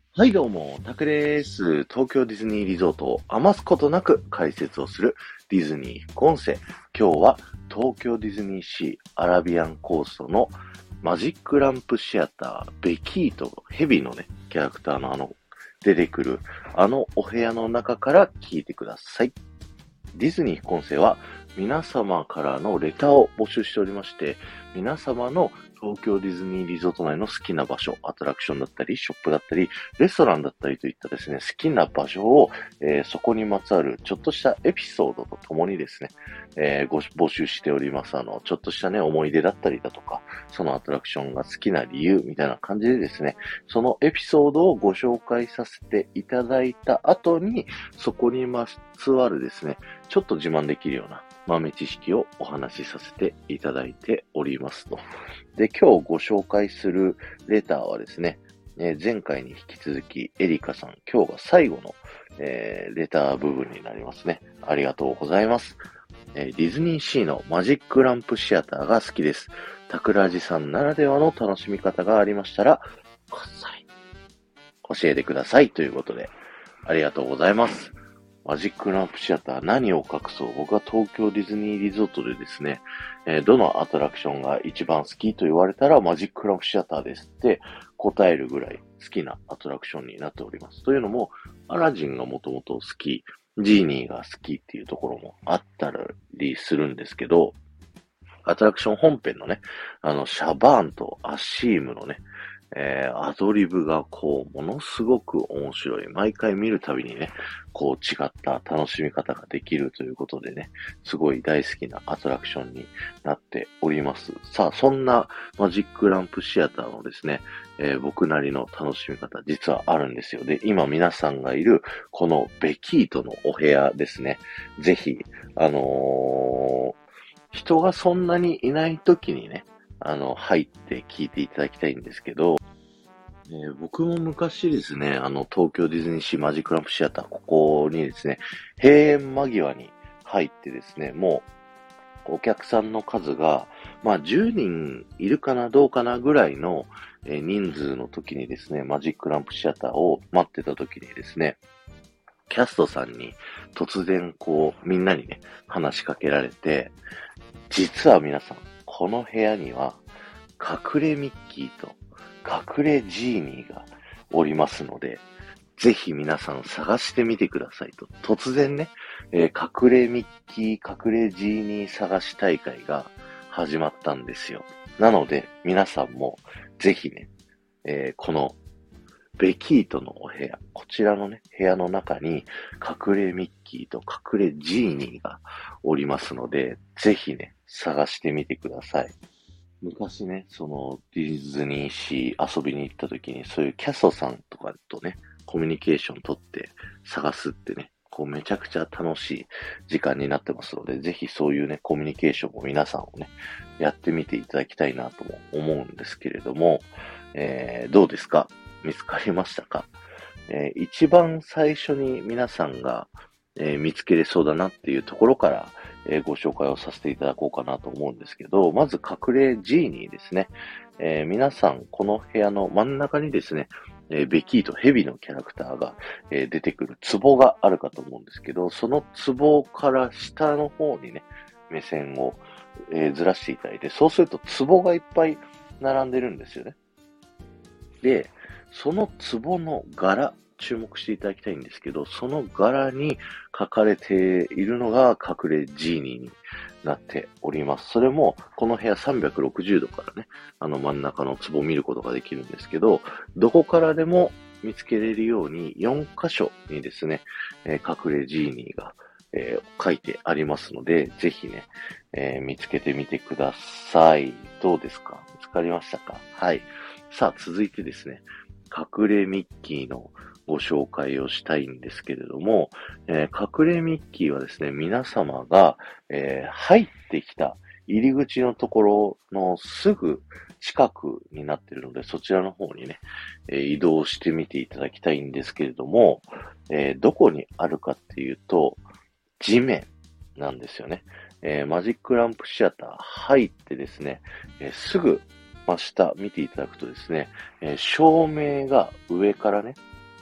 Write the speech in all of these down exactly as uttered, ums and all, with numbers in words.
はい、どうも、タクです。東京ディズニーリゾートを余すことなく解説をするディズニー副音声。今日は東京ディズニーシーアラビアンコーストのマジックランプシアター、ベキート、ヘビのね、キャラクターのあの、出てくる、あのお部屋の中から聞いてください。ディズニー副音声は皆様からのレターを募集しておりまして、皆様の東京ディズニーリゾート内の好きな場所、アトラクションだったり、ショップだったり、レストランだったりといったですね、好きな場所を、えーそこにまつわるちょっとしたエピソードとともにですね、えーご募集しております。あの、ちょっとしたね、思い出だったりだとか、そのアトラクションが好きな理由みたいな感じでですね、そのエピソードをご紹介させていただいた後に、そこにまつわるですね、ちょっと自慢できるような豆知識をお話しさせていただいておりますと。で、今日ご紹介するレターはですね、えー前回に引き続きエリカさん、今日が最後の、えーレター部分になりますね。ありがとうございます。えーディズニーシーのマジックランプシアターが好きです。タクラジさんならではの楽しみ方がありましたら、こっそり教えてくださいということで、ありがとうございます。マジックランプシアター、何を隠そう。僕は東京ディズニーリゾートでですね、えーどのアトラクションが一番好きと言われたらマジックランプシアターですって答えるぐらい好きなアトラクションになっております。というのも、アラジンがもともと好き、ジーニーが好きっていうところもあったりするんですけど、アトラクション本編のね、あの、シャバーンとアシームのね、えーアドリブがこう、ものすごく面白い。毎回見るたびにね、こう違った楽しみ方ができるということでね、すごい大好きなアトラクションになっております。さあ、そんなマジックランプシアターのですね、えー僕なりの楽しみ方、実はあるんですよ。で、今皆さんがいる、このベキートのお部屋ですね。ぜひ、あのー人がそんなにいない時にね、あの、入って聞いていただきたいんですけど、えー僕も昔ですね、あの、東京ディズニーシーマジックランプシアター、ここにですね、閉園間際に入ってですね、もう、お客さんの数が、まあ、じゅうにんいるかな、どうかなぐらいの、えー人数の時にですね、マジックランプシアターを待ってた時にですね、キャストさんに突然こう、みんなにね、話しかけられて、実は皆さん、この部屋には、隠れミッキーと隠れジーニーがおりますので、ぜひ皆さん探してみてくださいと。突然ね、えー隠れミッキー、隠れジーニー探し大会が始まったんですよ。なので、皆さんもぜひね、えーこのベキートのお部屋、こちらのね、部屋の中に隠れミッキーと隠れジーニーがおりますので、ぜひね、探してみてください。昔ね、そのディズニーシー遊びに行った時に、そういうキャストさんとかとね、コミュニケーション取って探すってね、こうめちゃくちゃ楽しい時間になってますので、ぜひそういうね、コミュニケーションも皆さんをね、やってみていただきたいなとも思うんですけれども、えー、どうですか？見つかりましたか？えー一番最初に皆さんが、えー見つけれそうだなっていうところから、えーご紹介をさせていただこうかなと思うんですけど、まず隠れジーニーですね。えー皆さん、この部屋の真ん中にですね、えーベキーとヘビのキャラクターが、えー出てくる壺があるかと思うんですけど、その壺から下の方にね、目線を、えーずらしていただいて、そうすると壺がいっぱい並んでるんですよね。で、その壺の柄、注目していただきたいんですけど、その柄に書かれているのが隠れジーニーになっております。それも、この部屋さんびゃくろくじゅうどからね、あの真ん中の壺を見ることができるんですけど、どこからでも見つけれるようによん箇所にですね、えー隠れジーニーが、えー書いてありますので、ぜひね、えー見つけてみてください。どうですか？見つかりましたか？はい。さあ、続いてですね、隠れミッキーのご紹介をしたいんですけれども、えー隠れミッキーはですね、皆様が、えー入ってきた入り口のところのすぐ近くになっているので、そちらの方にね、えー移動してみていただきたいんですけれども、えーどこにあるかっていうと、地面なんですよね。えーマジックランプシアター入ってですね、えーすぐ真下見ていただくとですね、えー照明が上からね、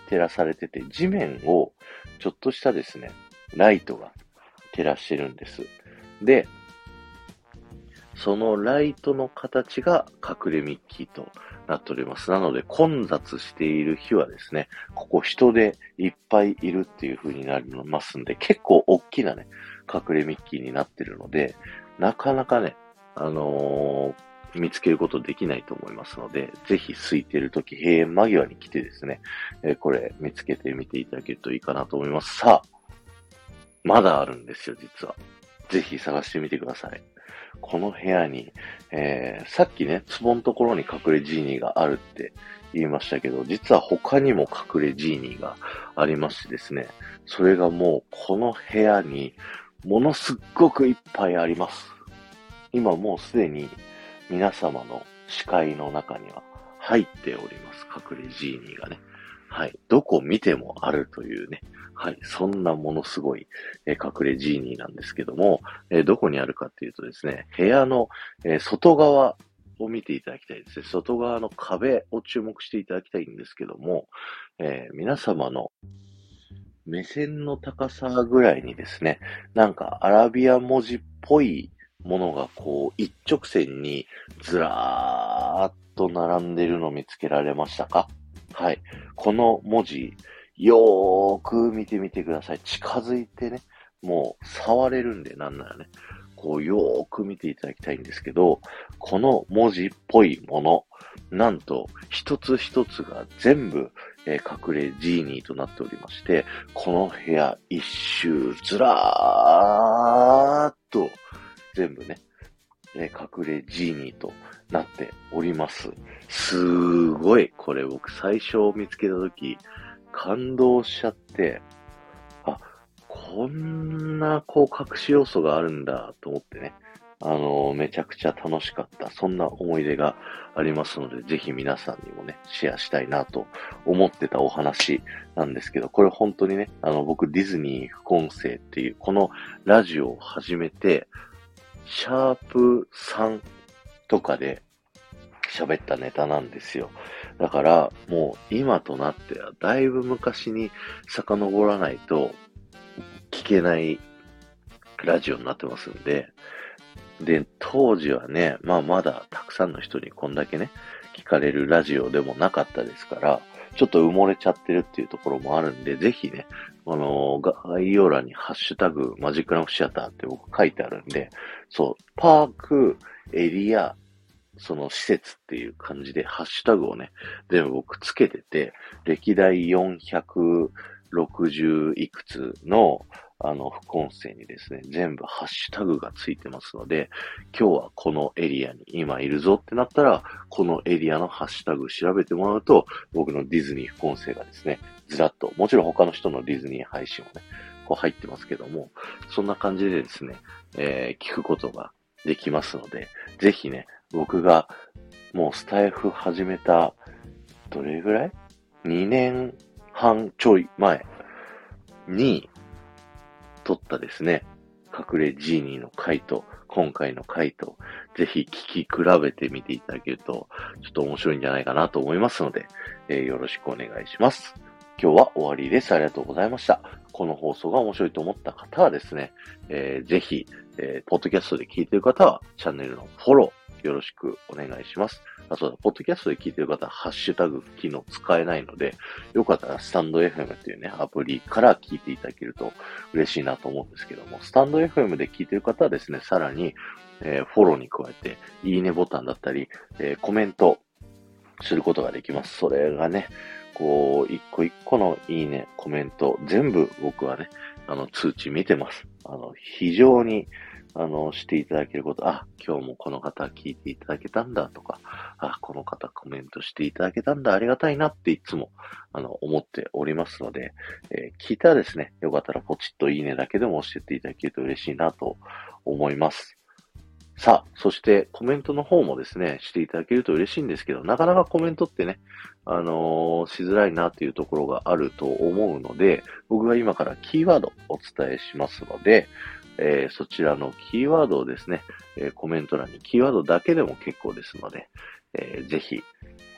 照らされてて、地面をちょっとしたですね、ライトが照らしてるんです。で、そのライトの形が隠れミッキーとなっております。なので混雑している日はですね、ここ人でいっぱいいるっていう風になりますんで、結構大きなね、隠れミッキーになってるので、なかなかね、あのー、見つけることできないと思いますので、ぜひ空いてるとき、閉園間際に来てですね、えーこれ見つけてみていただけるといいかなと思います。さあ、まだあるんですよ、実は。ぜひ探してみてください。この部屋に、えー、さっきね、壺のところに隠れジーニーがあるって言いましたけど、実は他にも隠れジーニーがありましてですね、それがもうこの部屋にものすっごくいっぱいあります。今もうすでに皆様の視界の中には入っております。隠れジーニーがね。はい。どこ見てもあるというね。はい。そんなものすごい、えー隠れジーニーなんですけども、えーどこにあるかっていうとですね、部屋の、えー外側を見ていただきたいですね。外側の壁を注目していただきたいんですけども、えー皆様の目線の高さぐらいにですね、なんかアラビア文字っぽいものがこう一直線にずらーっと並んでるのを見つけられましたか？はい。この文字、よーく見てみてください。近づいてね、もう触れるんでなんならね、こうよーく見ていただきたいんですけど、この文字っぽいもの、なんと一つ一つが全部、えー隠れジーニーとなっておりまして、この部屋一周ずらーっと全部ね、えー隠れジーニーとなっております。すごい、これ僕最初見つけたとき感動しちゃって、あ、こんなこう隠し要素があるんだと思ってね、あのーめちゃくちゃ楽しかった、そんな思い出がありますので、ぜひ皆さんにもね、シェアしたいなと思ってたお話なんですけど、これ本当にね、あの、僕ディズニー副音声っていう、このラジオを始めて、シャープさんとかで喋ったネタなんですよ。だから、もう今となってはだいぶ昔に遡らないと聞けないラジオになってますんで、で、当時はね、まあまだたくさんの人にこんだけね、聞かれるラジオでもなかったですから、ちょっと埋もれちゃってるっていうところもあるんで、ぜひね、あのー概要欄にハッシュタグマジックランプシアターって僕書いてあるんで、そう、パーク、エリア、その施設っていう感じでハッシュタグをね、全部僕つけてて、歴代よんひゃくろくじゅういくつのあの副音声にですね、全部ハッシュタグがついてますので、今日はこのエリアに今いるぞってなったら、このエリアのハッシュタグ調べてもらうと、僕のディズニー副音声がですね、ずらっと、もちろん他の人のディズニー配信もね、こう入ってますけども、そんな感じでですね、えー聞くことができますので、ぜひね、僕がもうスタイフ始めた、どれぐらい ?に 年半ちょい前に撮ったですね、隠れジーニーの回と、今回の回と、ぜひ聞き比べてみていただけると、ちょっと面白いんじゃないかなと思いますので、えーよろしくお願いします。今日は終わりです。ありがとうございました。この放送が面白いと思った方はですね、えーぜひ、えーポッドキャストで聞いている方は、チャンネルのフォロー、よろしくお願いします。あ、そうだ、ポッドキャストで聞いている方は、ハッシュタグ機能使えないので、よかったらスタンド エフエム っていうね、アプリから聞いていただけると嬉しいなと思うんですけども、スタンド エフエム で聞いている方はですね、さらに、えーフォローに加えて、いいねボタンだったり、えーコメントすることができます。それがね、こう、一個一個のいいね、コメント、全部僕はね、あの、通知見てます。あの、非常に、あの、していただけること、あ、今日もこの方聞いていただけたんだとか、あ、この方コメントしていただけたんだ、ありがたいなっていつも、あの、思っておりますので、えー聞いたらですね、よかったらポチッといいねだけでも教えていただけると嬉しいなと思います。さあ、そしてコメントの方もですね、していただけると嬉しいんですけど、なかなかコメントってね、あのーしづらいなっていうところがあると思うので、僕が今からキーワードをお伝えしますので、えーそちらのキーワードをですね、えーコメント欄にキーワードだけでも結構ですので、えーぜひ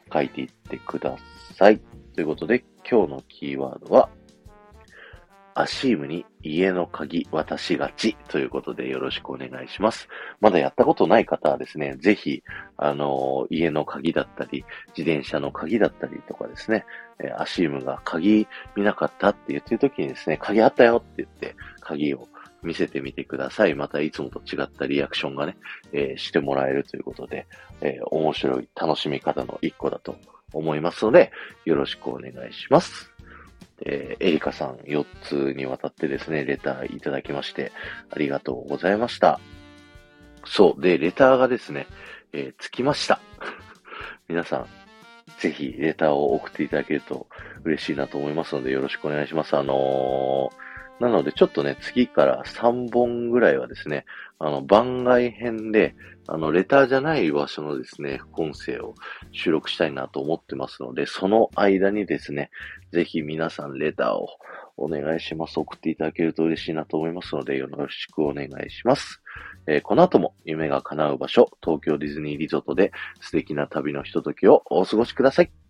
書いていってください。ということで、今日のキーワードは、アシームに家の鍵渡しがちということでよろしくお願いします。まだやったことない方はですね、ぜひ、あの、家の鍵だったり、自転車の鍵だったりとかですね、えーアシームが鍵見なかったって言ってる時にですね、鍵あったよって言って、鍵を見せてみてください。またいつもと違ったリアクションがね、えーしてもらえるということで、えー面白い楽しみ方の一個だと思いますので、よろしくお願いします。えーエリカさんよっつにわたってですね、レターいただきまして、ありがとうございました。そう。で、レターがですね、えー、つきました。皆さん、ぜひレターを送っていただけると嬉しいなと思いますので、よろしくお願いします。あのーなので、ちょっとね、次からさんぼんぐらいはですね、あの、番外編で、あの、レターじゃない場所のですね、音声を収録したいなと思ってますので、その間にですね、ぜひ皆さんレターをお願いします。送っていただけると嬉しいなと思いますので、よろしくお願いします。えーこの後も夢が叶う場所、東京ディズニーリゾートで素敵な旅のひとときをお過ごしください。